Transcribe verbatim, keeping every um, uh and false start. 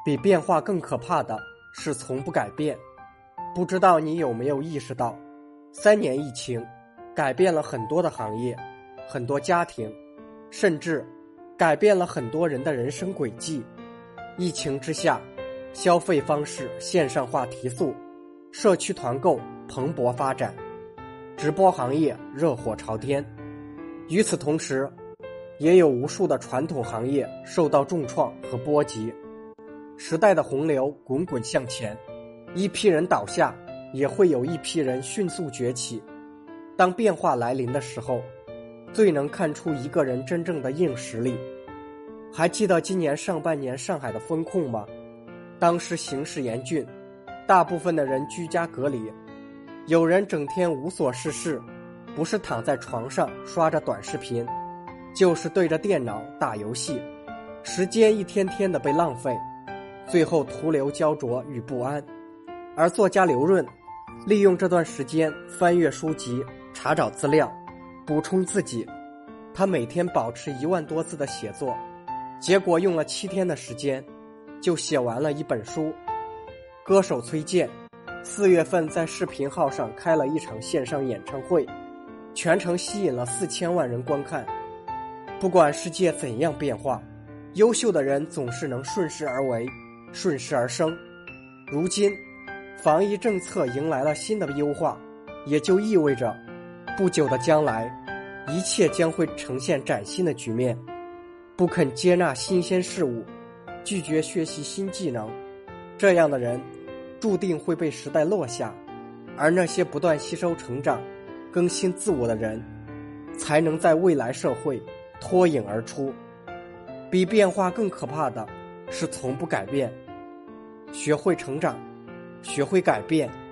比变化更可怕的是从不改变。不知道你有没有意识到，三年疫情改变了很多的行业，很多家庭，甚至改变了很多人的人生轨迹。疫情之下，消费方式线上化提速，社区团购蓬勃发展，直播行业热火朝天。与此同时，也有无数的传统行业受到重创和波及。时代的洪流滚滚向前，一批人倒下，也会有一批人迅速崛起。当变化来临的时候，最能看出一个人真正的硬实力。还记得今年上半年上海的封控吗？当时形势严峻，大部分的人居家隔离，有人整天无所事事，不是躺在床上刷着短视频，就是对着电脑打游戏，时间一天天的被浪费，最后徒留焦灼与不安。而作家刘润利用这段时间翻阅书籍，查找资料，补充自己。他每天保持一万多字的写作，结果用了七天的时间就写完了一本书。歌手崔健四月份在视频号上开了一场线上演唱会，全程吸引了四千万人观看。不管世界怎样变化，优秀的人总是能顺势而为，顺势而生。如今防疫政策迎来了新的优化，也就意味着不久的将来，一切将会呈现崭新的局面。不肯接纳新鲜事物，拒绝学习新技能，这样的人注定会被时代落下。而那些不断吸收成长、更新自我的人，才能在未来社会脱颖而出。比变化更可怕的是从不改变。学会成长，学会改变，